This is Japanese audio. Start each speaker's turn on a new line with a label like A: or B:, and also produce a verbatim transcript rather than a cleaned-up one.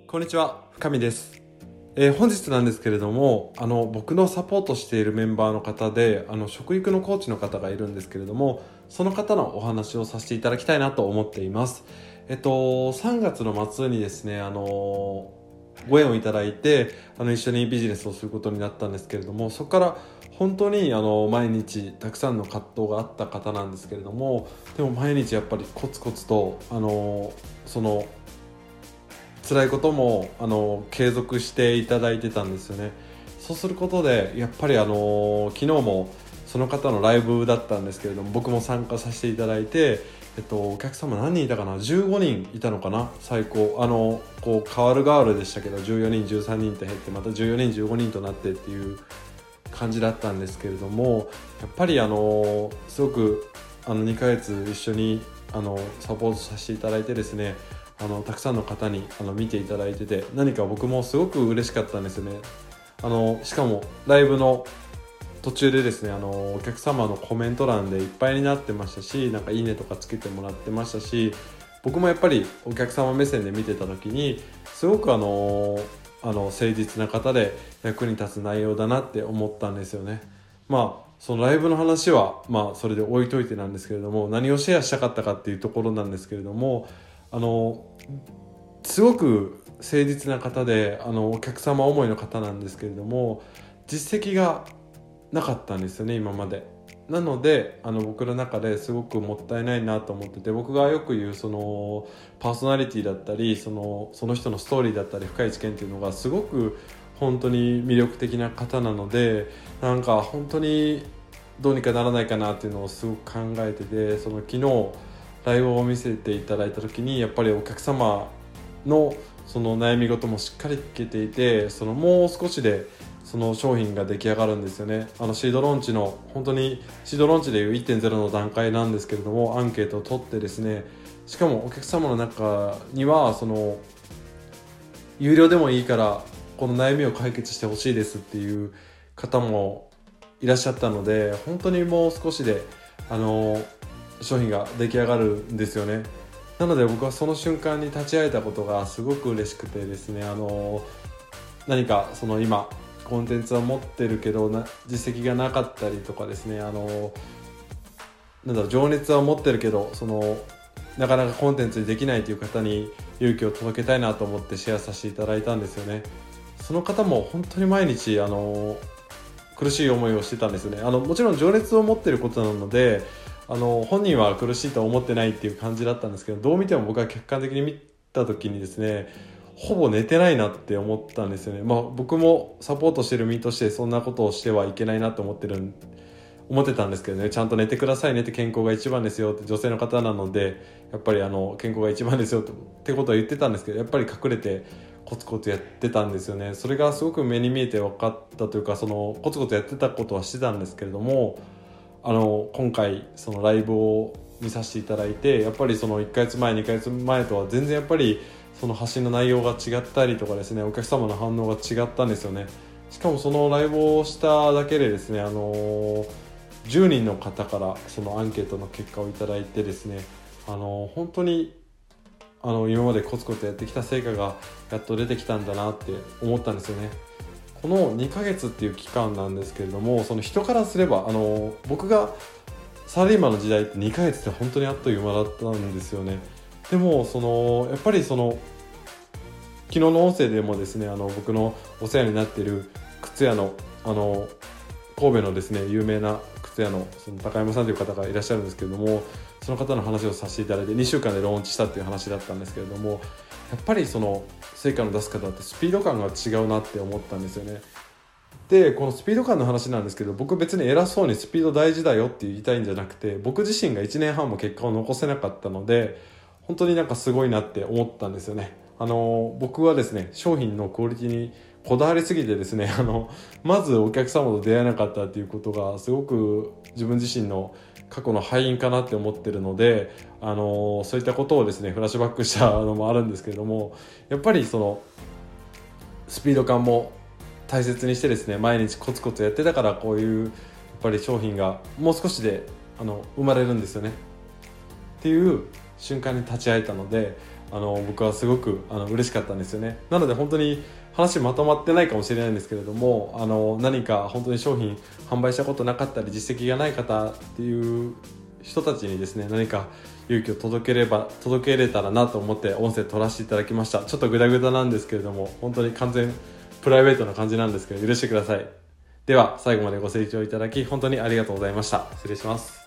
A: こんにちは、深見です。えー、本日なんですけれども、あの僕のサポートしているメンバーの方で、あの食育のコーチの方がいるんですけれども、その方のお話をさせていただきたいなと思っています。えっとさんがつの末にですね、あのご縁をいただいて、あの一緒にビジネスをすることになったんですけれども、そこから本当にあの毎日たくさんの葛藤があった方なんですけれども、でも毎日やっぱりコツコツとあのその辛いこともあの継続していただいてたんですよね。そうすることでやっぱりあの昨日もその方のライブだったんですけれども、僕も参加させていただいて、えっと、お客様何人いたかな、じゅうごにんいたのかな、最高あのこう変わる変わるでしたけど、じゅうよにんじゅうさんにんって減って、またじゅうよにんじゅうごにんとなってっていう感じだったんですけれども、やっぱりあのすごくあのにかげつ一緒にあのサポートさせていただいてですね、あのたくさんの方にあの見ていただいてて、何か僕もすごく嬉しかったんですよね。あのしかもライブの途中でですね、あのお客様のコメント欄でいっぱいになってましたし、なんかいいねとかつけてもらってましたし、僕もやっぱりお客様目線で見てた時にすごくあのあの誠実な方で役に立つ内容だなって思ったんですよね。まあそのライブの話はまあそれで置いといてなんですけれども、何をシェアしたかったかっていうところなんですけれども、あのすごく誠実な方で、あのお客様思いの方なんですけれども、実績がなかったんですよね、今まで。なのであの僕の中ですごくもったいないなと思ってて、僕がよく言うそのパーソナリティだったり、そのその人のストーリーだったり深い知見っていうのがすごく本当に魅力的な方なので、なんか本当にどうにかならないかなっていうのをすごく考えてて、その昨日ライブを見せていただいた時にやっぱりお客様のその悩み事もしっかり聞けていて、そのもう少しでその商品が出来上がるんですよね。あのシードローンチの本当にシードローンチでいう いってんゼロ の段階なんですけれども、アンケートを取ってですね、しかもお客様の中にはその有料でもいいからこの悩みを解決してほしいですっていう方もいらっしゃったので、本当にもう少しであの商品が出来上がるんですよね。なので僕はその瞬間に立ち会えたことがすごく嬉しくてですね、あの何かその今コンテンツは持ってるけどな実績がなかったりとかですね、あのなんだろう情熱は持ってるけどそのなかなかコンテンツにできないという方に勇気を届けたいなと思ってシェアさせていただいたんですよね。その方も本当に毎日あの苦しい思いをしてたんですよね。あのもちろん情熱を持ってることなので、あの本人は苦しいとは思ってないっていう感じだったんですけど、どう見ても僕は客観的に見た時にですね、ほぼ寝てないなって思ったんですよね。まあ僕もサポートしてる身としてそんなことをしてはいけないなと思ってる思ってたんですけどね、ちゃんと寝てくださいねって、健康が一番ですよって、女性の方なのでやっぱりあの健康が一番ですよってことは言ってたんですけど、やっぱり隠れてコツコツやってたんですよね。それがすごく目に見えて分かったというか、そのコツコツやってたことはしてたんですけれども、あの今回そのライブを見させていただいて、やっぱりそのいっかげつまえにかげつまえとは全然やっぱりその発信の内容が違ったりとかですね、お客様の反応が違ったんですよね。しかもそのライブをしただけでですね、あのじゅうにんの方からそのアンケートの結果をいただいてですね、あの本当にあの今までコツコツやってきた成果がやっと出てきたんだなって思ったんですよね。このにかげつっていう期間なんですけれども、その人からすればあの僕がサラリーマンの時代ってにかげつって本当にあっという間だったんですよね。でもそのやっぱりその昨日の音声でもですね、あの僕のお世話になっている靴屋のあの神戸のですね有名な靴屋のその高山さんという方がいらっしゃるんですけれども、その方の話をさせていただいてにしゅうかんでローンチしたっていう話だったんですけれども、やっぱりその成果の出す方ってスピード感が違うなって思ったんですよね。でこのスピード感の話なんですけど、僕別に偉そうにスピード大事だよって言いたいんじゃなくて、僕自身がいちねんはんも結果を残せなかったので本当になんかすごいなって思ったんですよね。あの僕はですね商品のクオリティにこだわりすぎてですね、あのまずお客様と出会えなかったっていうことがすごく自分自身の過去の敗因かなって思ってるので、あのそういったことをですねフラッシュバックしたのもあるんですけれども、やっぱりそのスピード感も大切にしてですね、毎日コツコツやってたからこういうやっぱり商品がもう少しであの生まれるんですよねっていう瞬間に立ち会えたので、 あの僕はすごくあの嬉しかったんですよね。なので本当に話まとまってないかもしれないんですけれども、あの何か本当に商品販売したことなかったり実績がない方っていう人たちにですね、何か勇気を届ければ届けれたらなと思って音声取らせていただきました。ちょっとグダグダなんですけれども、本当に完全プライベートな感じなんですけど許してください。では最後までご清聴いただき本当にありがとうございました。失礼します。